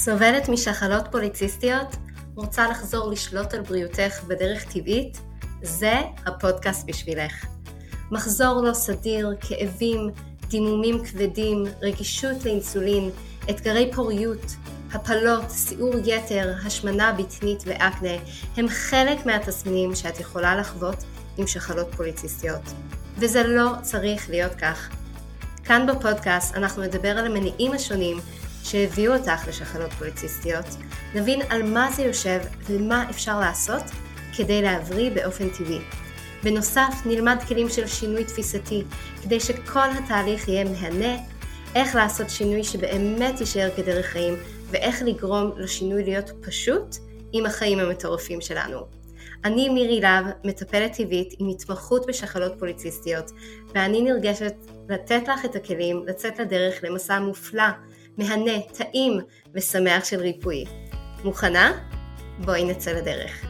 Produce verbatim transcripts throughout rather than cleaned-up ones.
סובלת משחלות פוליציסטיות? רוצה לחזור לשלוט על בריאותך בדרך טבעית? זה הפודקאסט בשבילך. מחזור לא סדיר, כאבים, דימומים כבדים, רגישות לאינסולין, אתגרי פוריות, הפלות, סיעור יתר, השמנה בטנית ואקנה הם חלק מהתסמינים שאת יכולה לחוות עם שחלות פוליציסטיות. וזה לא צריך להיות כך. כאן בפודקאסט אנחנו נדבר על המניעים השונים שהביאו אותך לשחלות פוליציסטיות, נבין על מה זה יושב ומה אפשר לעשות כדי להבריא באופן טבעי. בנוסף נלמד כלים של שינוי תפיסתי כדי שכל התהליך יהיה מהנה, איך לעשות שינוי שבאמת יישאר כדרך חיים ואיך לגרום לשינוי להיות פשוט עם החיים המטורפים שלנו. אני מירי לב, מטפלת טבעית עם התמחות בשחלות פוליציסטיות, ואני נרגשת לתת לך את הכלים לצאת לדרך למסע מופלא, מהנה, טעים ושמח של ריפוי. מוכנה? בואי נצא לדרך.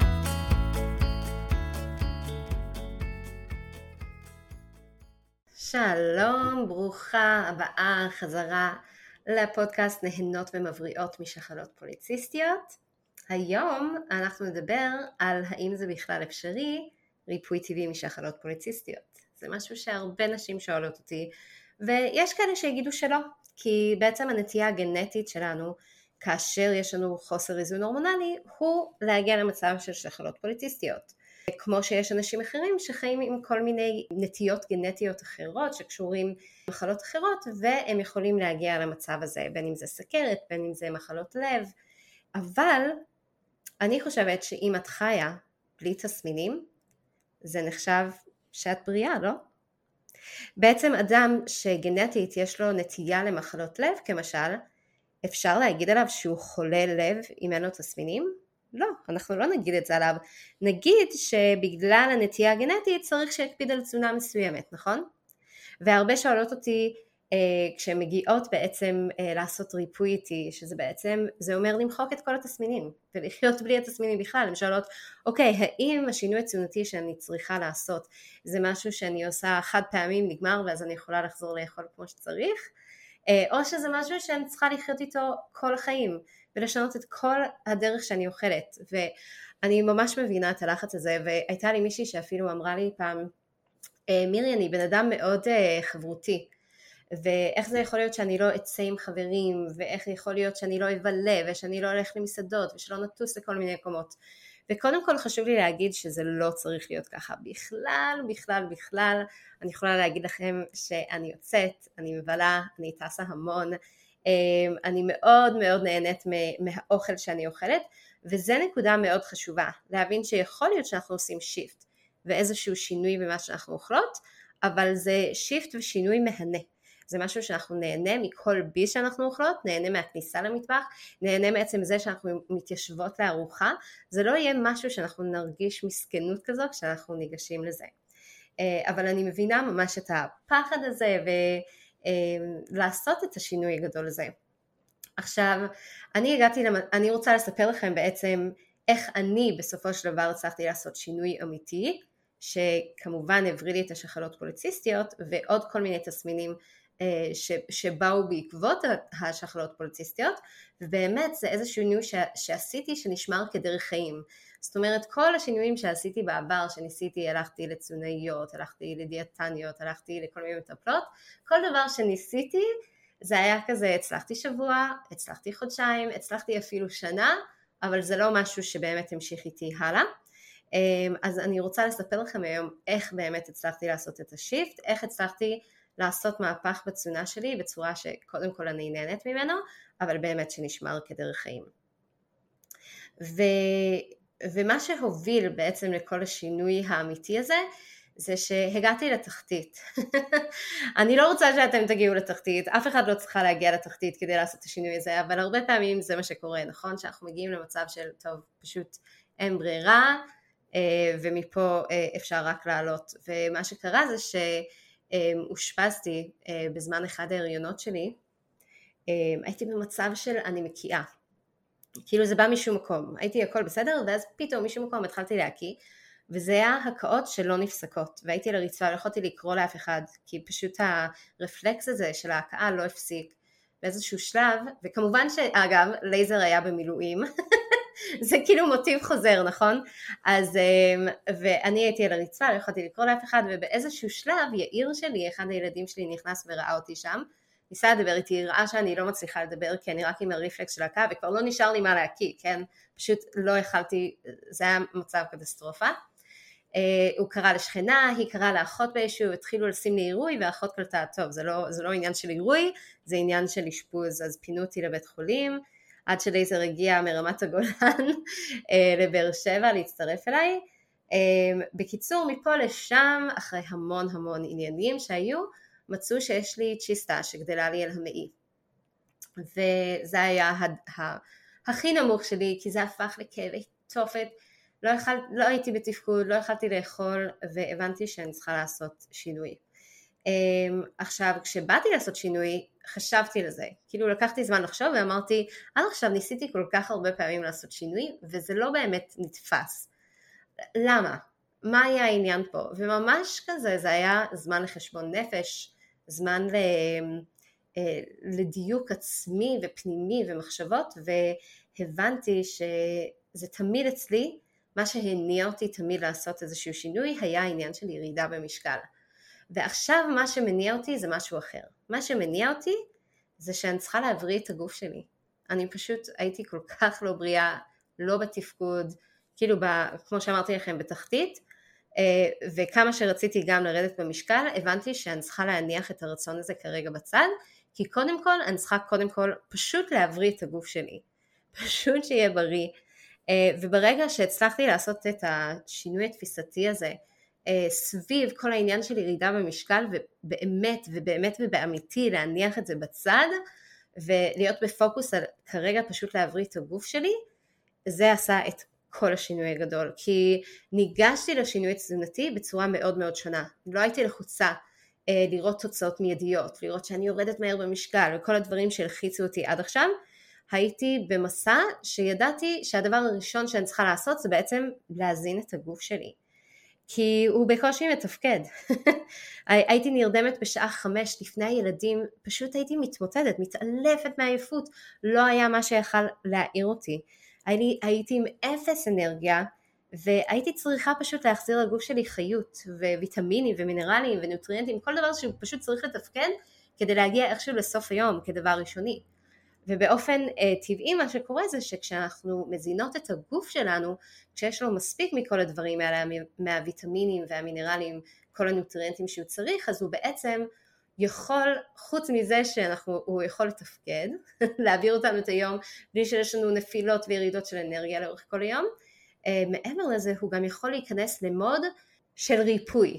שלום, ברוכה הבאה חזרה לפודקאסט נהנות ומבריאות משחלות פוליציסטיות. היום אנחנו נדבר על האם זה בכלל אפשרי ריפוי טבעי משחלות פוליציסטיות. זה משהו שהרבה נשים שואלות אותי, ויש כאלה שיגידו שלא, כי בעצם הנטייה הגנטית שלנו, כאשר יש לנו חוסר איזון הורמונלי, הוא להגיע למצב של שחלות פוליציסטיות. כמו שיש אנשים אחרים שחיים עם כל מיני נטיות גנטיות אחרות שקשורים למחלות אחרות, והם יכולים להגיע למצב הזה, בין אם זה סכרת, בין אם זה מחלות לב. אבל אני חושבת שאם את חיה בלי תסמינים, זה נחשב שאת בריאה, לא? בעצם אדם שגנטית יש לו נטייה למחלות לב, כמשל, אפשר להגיד עליו שהוא חולה לב אם אין לו תסמינים? לא, אנחנו לא נגיד את זה עליו. נגיד שבגלל הנטייה הגנטית צריך שיקפיד על תזונה מסוימת, נכון? והרבה שואלות אותי אה, כשהן מגיעות בעצם אה, לעשות ריפוי איתי, שזה בעצם, זה אומר למחוק את כל התסמינים, ולחיות בלי התסמינים בכלל. הן שואלות, אוקיי, האם השינוי התזונתי שאני צריכה לעשות, זה משהו שאני עושה חד פעמים נגמר, ואז אני יכולה לחזור לאכול כמו שצריך, אה, או שזה משהו שאני צריכה לחיות איתו כל החיים, ולשנות את כל הדרך שאני אוכלת. ואני ממש מבינה את הלחץ הזה, והייתה לי מישהי שאפילו אמרה לי פעם, מירי, אני בן אדם מאוד חברותי, ואיך זה יכול להיות שאני לא אצא עם חברים, ואיך יכול להיות שאני לא אבלה, ושאני לא הולך למסעדות, ושלא נטוס לכל מיני מקומות. וקודם כל חשוב לי להגיד שזה לא צריך להיות ככה בכלל, בכלל, בכלל. אני יכולה להגיד לכם שאני יוצאת, אני מבלה, אני טסה המון, אני מאוד מאוד נהנית מהאוכל שאני אוכלת, וזה נקודה מאוד חשובה, להבין שיכול להיות שאנחנו עושים שיפט, ואיזשהו שינוי במה שאנחנו אוכלות, אבל זה שיפט ושינוי מהנה. זה משהו שאנחנו נהנה מכל ביס שאנחנו אוכלות, נהנה מהכניסה למטבח, נהנה מעצם זה שאנחנו מתיישבות לארוחה, זה לא יהיה משהו שאנחנו נרגיש מסכנות כזו כשאנחנו ניגשים לזה. אבל אני מבינה ממש את הפחד הזה, ולעשות את השינוי הגדול הזה. עכשיו, אני הגעתי, למ... אני רוצה לספר לכם בעצם איך אני בסופו של דבר הצלחתי לעשות שינוי אמיתי, שכמובן הבריא לי את השחלות פוליציסטיות, ועוד כל מיני תסמינים ש, שבאו בעקבות השחלות פוליציסטיות, ובאמת זה איזה שינוי ש, שעשיתי שנשמר כדרך חיים. זאת אומרת, כל השינויים שעשיתי בעבר, שניסיתי, הלכתי לתזונאיות, הלכתי לדיאטניות, הלכתי לכל מיני מטפלות, כל דבר שניסיתי, זה היה כזה, הצלחתי שבוע, הצלחתי חודשיים, הצלחתי אפילו שנה, אבל זה לא משהו שבאמת המשיך איתי הלאה. אז אני רוצה לספר לכם היום איך באמת הצלחתי לעשות את השיפט, איך הצלחתי לעשות מהפך בתזונה שלי בצורה שקודם כל אני נהנית ממנו, אבל באמת שנשמר כדרך חיים. ו... ומה שהוביל בעצם לכל השינוי האמיתי הזה, זה שהגעתי לתחתית. אני לא רוצה שאתם תגיעו לתחתית, אף אחד לא צריכה להגיע לתחתית כדי לעשות את השינוי הזה, אבל הרבה פעמים זה מה שקורה, נכון? שאנחנו מגיעים למצב של, טוב, פשוט אין ברירה, ומפה אפשר רק לעלות. ומה שקרה זה שהושפזתי בזמן אחד ההריונות שלי, הייתי במצב של אני מקיאה. כאילו זה בא משום מקום, הייתי הכל בסדר, ואז פתאום משום מקום התחלתי להקיא, וזה היה הקאות שלא נפסקות, והייתי על הרצפה, לא יכולתי לקרוא לאף אחד, כי פשוט הרפלקס הזה של ההקאה לא הפסיק, באיזשהו שלב, וכמובן שאגב, לייזר היה במילואים, זה כאילו מוטיב חוזר, נכון? אז, ואני הייתי על הרצפה, לא יכולתי לקרוא לאף אחד, ובאיזשהו שלב, יאיר שלי, אחד הילדים שלי נכנס וראה אותי שם, ניסה לדבר איתי, ראה שאני לא מצליחה לדבר, כי אני רק עם הרפלקס של הקו, וכבר לא נשאר לי מה להקיא, כן? פשוט לא יכלתי, זה היה מצב קטסטרופה. Uh, הוא קרא לשכנה, היא קראה לאחות ביישוב, התחילו לשים לי עירוי, והאחות קלטה, טוב, זה לא, זה לא עניין של עירוי, זה עניין של אשפוז, אז פינו אותי לבית חולים, עד שלייזר הגיע מרמת הגולן uh, לבאר שבע להצטרף אליי. Uh, בקיצור, מפה לשם, אחרי המון המון עניינים שהיו, מצאו שיש לי צ'יסטה שגדלה לי על המעי. וזה היה ה- ה- הכי נמוך שלי, כי זה הפך לכאבי תופת, לא, יכול, לא הייתי בתפקוד, לא יכלתי לאכול, והבנתי שאני צריכה לעשות שינוי. Um, עכשיו, כשבאתי לעשות שינוי, חשבתי לזה. כאילו לקחתי זמן לחשוב ואמרתי, עד עכשיו ניסיתי כל כך הרבה פעמים לעשות שינוי, וזה לא באמת נתפס. למה? מה היה העניין פה? וממש כזה, זה היה זמן לחשבון נפש, זמן ל... לדיוק עצמי ופנימי ומחשבות, והבנתי שזה תמיד אצלי, מה שהניע אותי תמיד לעשות איזשהו שינוי, היה העניין של ירידה במשקל. ועכשיו מה שמניע אותי זה משהו אחר. מה שמניע אותי זה שאני צריכה להבריא את הגוף שלי. אני פשוט הייתי כל כך לא בריאה, לא בתפקוד, כאילו ב, כמו שאמרתי לכם בתחתית, וכמה שרציתי גם לרדת במשקל, הבנתי שאני צריכה להניח את הרצון הזה כרגע בצד, כי קודם כל אני צריכה קודם כל פשוט להבריא את הגוף שלי, פשוט שיהיה בריא, וברגע שהצלחתי לעשות את השינוי התפיסתי הזה, סביב כל העניין של ירידה במשקל, ובאמת ובאמת ובאמיתי להניח את זה בצד, ולהיות בפוקוס על כרגע פשוט להבריא את הגוף שלי, זה עשה את כל השינוי הגדול, כי ניגשתי לשינוי התזונתי בצורה מאוד מאוד שונה, לא הייתי לחוצה אה, לראות תוצאות מיידיות, לראות שאני יורדת מהר במשקל, וכל הדברים שהלחיצו אותי עד עכשיו, הייתי במסע שידעתי שהדבר הראשון שאני צריכה לעשות, זה בעצם להזין את הגוף שלי, כי הוא בקושי מתפקד, הייתי נרדמת בשעה חמש לפני הילדים, פשוט הייתי מתמוטטת, מתעלפת מהעייפות, לא היה מה שיכל להעיר אותי, הייתי, הייתי עם אפס אנרגיה, והייתי צריכה פשוט להחזיר לגוף שלי חיות, וויטמינים ומינרלים ונוטריאנטים, כל דבר שהוא פשוט צריך לתפקד, כדי להגיע איכשהו לסוף היום כדבר ראשוני. ובאופן אה, טבעי מה שקורה זה שכשאנחנו מזינות את הגוף שלנו, כשיש לו מספיק מכל הדברים האלה, מהוויטמינים והמינרלים, כל הנוטריאנטים שהוא צריך, אז הוא בעצם יכול, חוץ מזה שהוא יכול לתפקד, להעביר אותנו את היום, בלי שיש לנו נפילות וירידות של אנרגיה לאורך כל היום, מעבר לזה הוא גם יכול להיכנס למוד של ריפוי,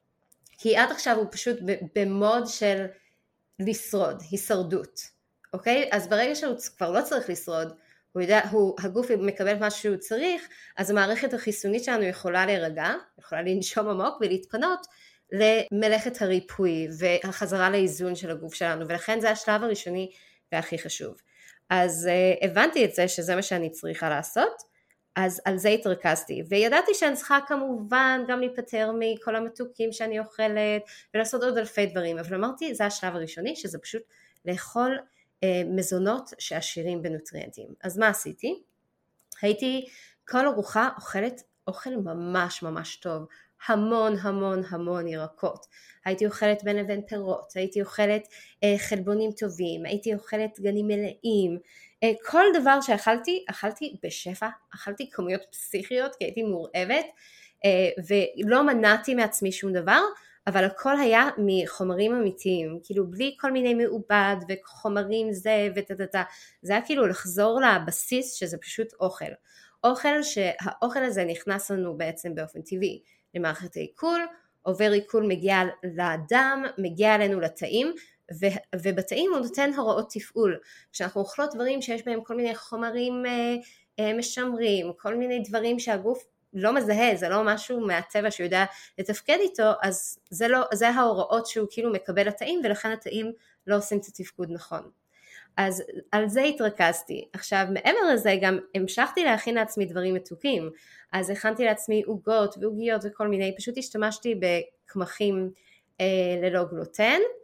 כי עד עכשיו הוא פשוט במוד של לשרוד, הישרדות, אוקיי? אז ברגע שהוא כבר לא צריך לשרוד, הוא יודע, הוא, הגוף מקבל מה שהוא צריך, אז המערכת החיסונית שלנו יכולה להירגע, יכולה לנשום עמוק ולהתפנות, למלאכת הריפוי והחזרה לאיזון של הגוף שלנו, ולכן זה השלב הראשוני והכי חשוב. אז uh, הבנתי את זה שזה מה שאני צריכה לעשות, אז על זה התרכזתי, וידעתי שאני צריכה כמובן גם להיפטר מכל המתוקים שאני אוכלת, ולעשות עוד אלפי דברים, אבל אמרתי זה השלב הראשוני, שזה פשוט לאכול uh, מזונות שעשירים בנוטריאנטים. אז מה עשיתי? הייתי כל ארוחה אוכלת אוכל ממש ממש טוב, המון המון המון ירקות, הייתי אוכלת בין לבין פירות, הייתי אוכלת אה, חלבונים טובים, הייתי אוכלת גנים מלאים, אה, כל דבר שאכלתי, אכלתי בשפע, אכלתי כמויות פסיכיות כי הייתי מורעבת, אה, ולא מנעתי מעצמי שום דבר, אבל הכל היה מחומרים אמיתיים, כאילו בלי כל מיני מעובד וחומרים זה ותתתה, זה היה כאילו לחזור לבסיס שזה פשוט אוכל, אוכל שהאוכל הזה נכנס לנו בעצם באופן טבעי, למערכת העיכול, עובר עיכול מגיע לאדם, מגיע אלינו לתאים, ו- ובתאים הוא נותן הוראות תפעול, כשאנחנו אוכלות דברים שיש בהם כל מיני חומרים אה, אה, משמרים, כל מיני דברים שהגוף לא מזהה, זה לא משהו מהטבע שיודע לתפקד איתו, אז זה, לא, זה ההוראות שהוא כאילו מקבל לתאים, ולכן התאים לא עושים את התפקוד נכון. אז על זה התרכזתי. עכשיו מעבר לזה גם המשכתי להכין לעצמי דברים מתוקים, אז הכנתי לעצמי עוגות ועוגיות וכל מיני, פשוט השתמשתי בקמחים אה, ללא גלוטן,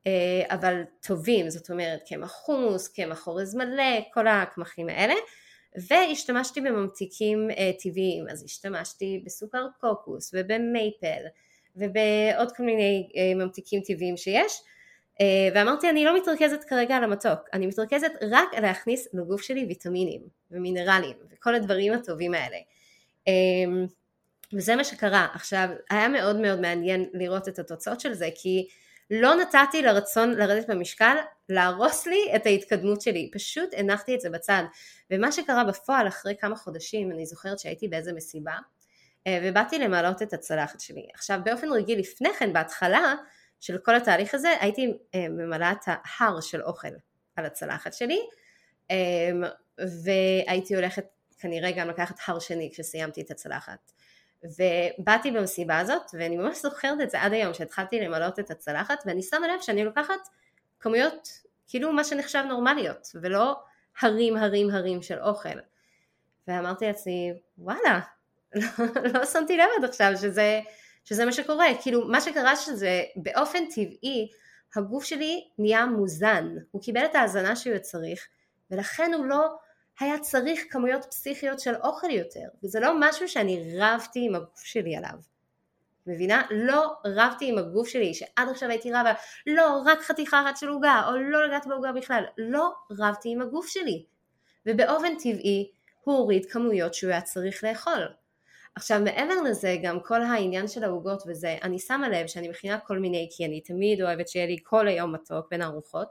אבל טובים, זאת אומרת קמח חומוס, קמח אורז מלא, כל הקמחים האלה, והשתמשתי בממתיקים טבעיים, אז השתמשתי בסוכר קוקוס ובמייפל ובעוד כל מיני ממתיקים טבעיים שיש, ואמרתי אני לא מתרכזת כרגע על המתוק, אני מתרכזת רק על להכניס לגוף שלי ויטמינים ומינרלים וכל הדברים הטובים האלה, וזה מה שקרה. עכשיו היה מאוד מאוד מעניין לראות את התוצאות של זה, כי לא נתתי לרצון לרדת במשקל להרוס לי את ההתקדמות שלי, פשוט הנחתי את זה בצד. ומה שקרה בפועל אחרי כמה חודשים, אני זוכרת שהייתי באיזה מסיבה, ובאתי למעלות את הצלחת שלי. עכשיו באופן רגיל לפני כן, בהתחלה של כל התהליך הזה, הייתי ממלאה את ההר של אוכל על הצלחת שלי, והייתי הולכת כנראה גם לקחת הר שני כשסיימתי את הצלחת. ובאתי במסיבה הזאת, ואני ממש זוכרת את זה עד היום, שהתחלתי למלות את הצלחת, ואני שמה לב שאני לוקחת כמויות, כאילו מה שנחשב נורמליות, ולא הרים הרים הרים של אוכל. ואמרתי לעצמי, וואלה, לא, לא שמתי לב עד עכשיו שזה, שזה מה שקורה. כאילו מה שקרה שזה באופן טבעי, הגוף שלי נהיה מוזן, הוא קיבל את ההזנה שהוא צריך, ולכן הוא לא היה צריך כמויות פסיכיות של אוכל יותר, וזה לא משהו שאני רבתי עם הגוף שלי עליו. מבינה? לא רבתי עם הגוף שלי, שעד עכשיו הייתי רבה, לא, רק חתיכה אחת של עוגה, או לא לגעת בעוגה בכלל, לא רבתי עם הגוף שלי. ובאופן טבעי, הוא הוריד כמויות שהוא היה צריך לאכול. עכשיו, מעבר לזה, גם כל העניין של העוגות וזה, אני שמה לב שאני מכינה כל מיני, כי אני תמיד אוהבת שיהיה לי כל היום מתוק בין הארוחות,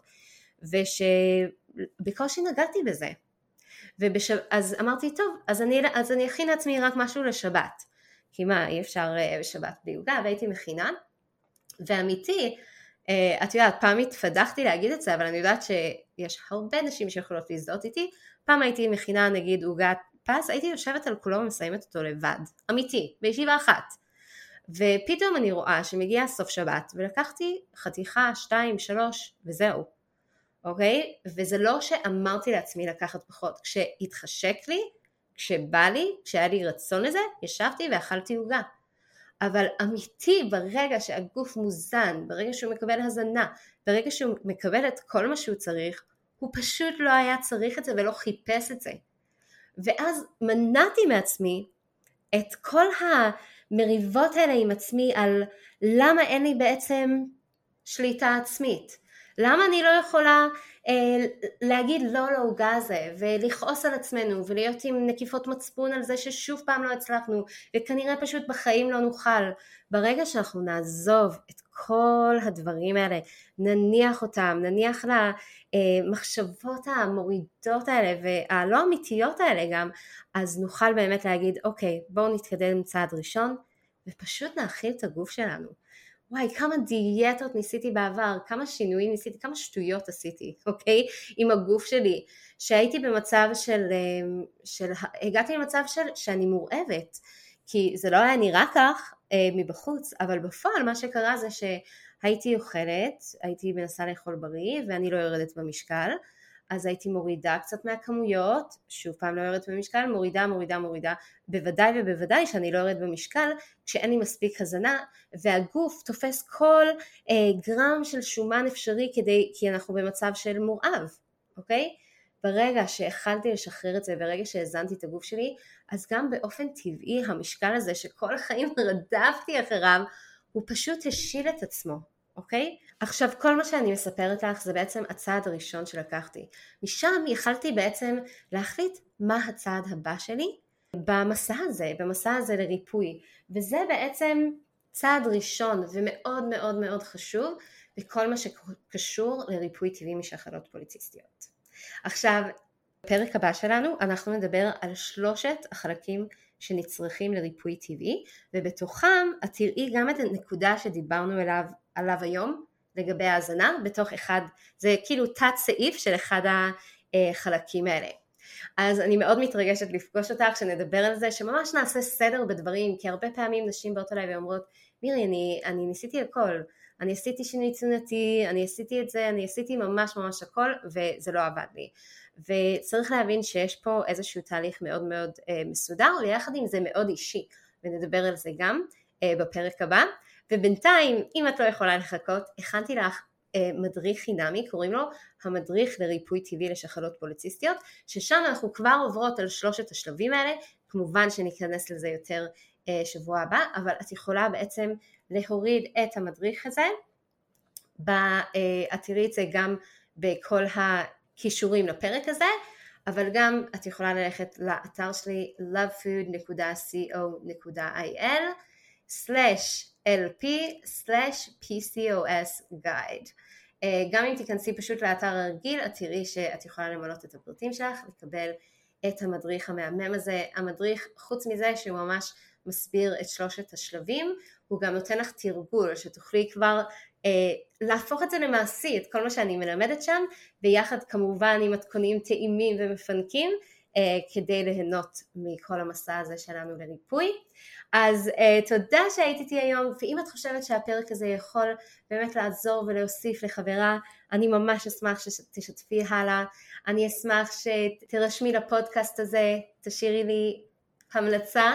ושבקושי נגעתי בזה. ובש... אז אמרתי, טוב, אז אני, אז אני אכין לעצמי רק משהו לשבת. כי מה, אי אפשר בשבת בלי עוגה, והייתי מכינה. ואמיתי, את יודעת, פעם התפדחתי להגיד את זה, אבל אני יודעת שיש הרבה נשים שיכולות להזדהות איתי. פעם הייתי מכינה, נגיד, עוגת פס, הייתי יושבת על כולו ומסיימת אותו לבד. אמיתי, בישיבה אחת. ופתאום אני רואה שמגיע סוף שבת, ולקחתי חתיכה, שתיים, שלוש, וזהו. אוקיי? וזה לא שאמרתי לעצמי לקחת פחות, כשהתחשק לי, כשבא לי, כשהיה לי רצון לזה, ישבתי ואכלתי עוגה. אבל אמיתי, ברגע שהגוף מוזן, ברגע שהוא מקבל הזנה, ברגע שהוא מקבל את כל מה שהוא צריך, הוא פשוט לא היה צריך את זה ולא חיפש את זה. ואז מנעתי מעצמי את כל המריבות האלה עם עצמי על למה אין לי בעצם שליטה עצמית. למה אני לא יכולה אה, להגיד לא לעוגה הזה ולכעוס על עצמנו ולהיות עם נקיפות מצפון על זה ששוב פעם לא הצלחנו וכנראה פשוט בחיים לא נוכל. ברגע שאנחנו נעזוב את כל הדברים האלה, נניח אותם, נניח למחשבות המורידות האלה והלא אמיתיות האלה גם, אז נוכל באמת להגיד אוקיי, בואו נתקדם צעד ראשון ופשוט נאכיל את הגוף שלנו. וואי, כמה דיאטות ניסיתי בעבר, כמה שינויים ניסיתי, כמה שטויות עשיתי, אוקיי? עם הגוף שלי, שהייתי במצב של, של הגעתי למצב של, שאני מורעבת, כי זה לא היה נראה כך אה, מבחוץ, אבל בפועל מה שקרה זה שהייתי אוכלת, הייתי מנסה לאכול בריא, ואני לא יורדת במשקל, אז הייתי מורידה קצת מהכמויות, שוב פעם לא יורדת במשקל, מורידה, מורידה, מורידה, בוודאי ובוודאי שאני לא יורדת במשקל, כשאין לי מספיק הזנה, והגוף תופס כל אה, גרם של שומן אפשרי, כדי, כי אנחנו במצב של מורעב, אוקיי? ברגע שהחלתי לשחרר את זה, ברגע שהזנתי את הגוף שלי, אז גם באופן טבעי, המשקל הזה שכל החיים רדפתי אחריו, הוא פשוט השיל את עצמו, אוקיי? עכשיו כל מה שאני מספרת לך זה בעצם הצעד הראשון שלקחתי. משם יכלתי בעצם להחליט מה הצעד הבא שלי במסע הזה, במסע הזה לריפוי. וזה בעצם צעד ראשון ומאוד מאוד מאוד חשוב בכל מה שקשור לריפוי טבעי משחלות פוליציסטיות. עכשיו, בפרק הבא שלנו אנחנו נדבר על שלושת החלקים שנצרכים לריפוי טבעי, ובתוכם את תראי גם את הנקודה שדיברנו עליו, עליו היום, לגבי ההזנה, בתוך אחד, זה כאילו תת סעיף של אחד החלקים האלה. אז אני מאוד מתרגשת לפגוש אותך, שנדבר על זה, שממש נעשה סדר בדברים, כי הרבה פעמים נשים באות אליי ואומרות, מירי, אני, אני ניסיתי הכל, אני עשיתי שינוי תזונתי, אני עשיתי את זה, אני עשיתי ממש ממש הכל, וזה לא עבד לי. וצריך להבין שיש פה איזשהו תהליך מאוד מאוד אה, מסודר, ויחד עם זה מאוד אישי, ונדבר על זה גם אה, בפרק הבא. ובינתיים, אם את לא יכולה לחכות, הכנתי לך מדריך חינמי, קוראים לו המדריך לריפוי טבעי לשחלות פוליציסטיות, ששם אנחנו כבר עוברות על שלושת השלבים האלה, כמובן שניכנס לזה יותר שבוע הבא, אבל את יכולה בעצם להוריד את המדריך הזה, את תראי את זה גם בכל הכישורים לפרק הזה, אבל גם את יכולה ללכת לאתר שלי lovefood נקודה co נקודה il סלש אל פי סלש פי סי או אס guide. גם אם תיכנסי פשוט לאתר הרגיל, את תראי שאת יכולה למלות את הפרטים שלך, לקבל את המדריך המהמם הזה. המדריך, חוץ מזה שהוא ממש מסביר את שלושת השלבים, הוא גם נותן לך תרגול, שתוכלי כבר אה, להפוך את זה למעשי, את כל מה שאני מלמדת שם, ביחד כמובן עם מתכונים טעימים ומפנקים, אה, כדי ליהנות מכל המסע הזה שלנו לריפוי. אז אה, תודה שהיית איתי היום, ואם את חושבת שהפרק הזה יכול באמת לעזור ולהוסיף לחברה, אני ממש אשמח שתשתפי הלאה, אני אשמח שתרשמי לפודקאסט הזה, תשאירי לי המלצה,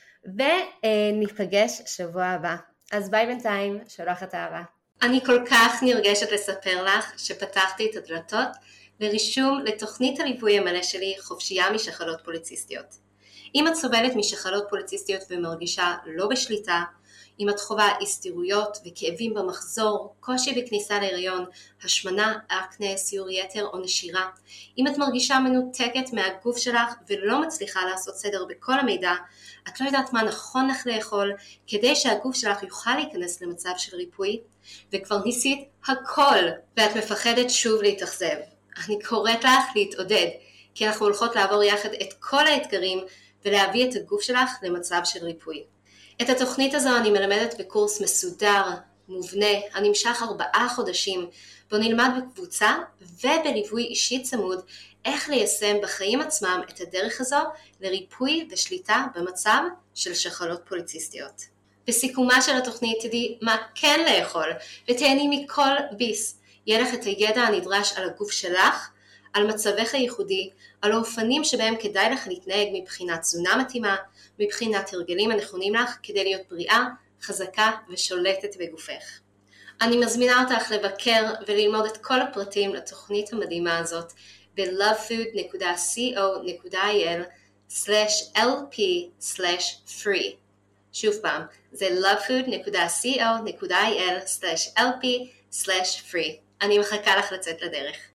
וניפגש שבוע הבא. אז ביי בינתיים, שולחת אהבה. אני כל כך נרגשת לספר לך שפתחתי את הדלתות לרישום לתוכנית הליווי המלא שלי חופשייה משחלות פוליציסטיות. אם את סובלת משחלות פוליציסטיות ומרגישה לא בשליטה, אם את חווה הסתירויות וכאבים במחזור, קושי בכניסה להיריון, השמנה, אקנה, סיור יתר או נשירה, אם את מרגישה מנותקת מהגוף שלך ולא מצליחה לעשות סדר בכל המידע, את לא יודעת מה נכון לך לאכול כדי שהגוף שלך יוכל להיכנס למצב של ריפוי, וכבר ניסית הכל ואת מפחדת שוב להתאכזב. אני קוראת לך להתעודד, כי אנחנו הולכות לעבור יחד את כל האתגרים ולהביא את הגוף שלך למצב של ריפוי. את התוכנית הזו אני מלמדת בקורס מסודר, מובנה, הנמשך ארבעה חודשים, בו נלמד בקבוצה ובליווי אישי צמוד איך ליישם בחיים עצמם את הדרך הזו לריפוי ושליטה במצב של שחלות פוליציסטיות. בסיכומה של התוכנית תדעי מה כן לאכול ותהני מכל ביס. יהיה לך את הידע הנדרש על הגוף שלך, על מצבך הייחודי, על האופנים שבהם כדאי לך להתנהג מבחינת תזונה מתאימה, מבחינת הרגלים הנכונים לך כדי להיות בריאה, חזקה ושולטת בגופך. אני מזמינה אותך לבקר וללמוד את כל הפרטים לתוכנית המדהימה הזאת ב-lovefood נקודה co נקודה il סלש אל פי סלש free. שוב פעם, זה lovefood נקודה co נקודה il סלש אל פי סלש free. אני מחכה לך לצאת לדרך.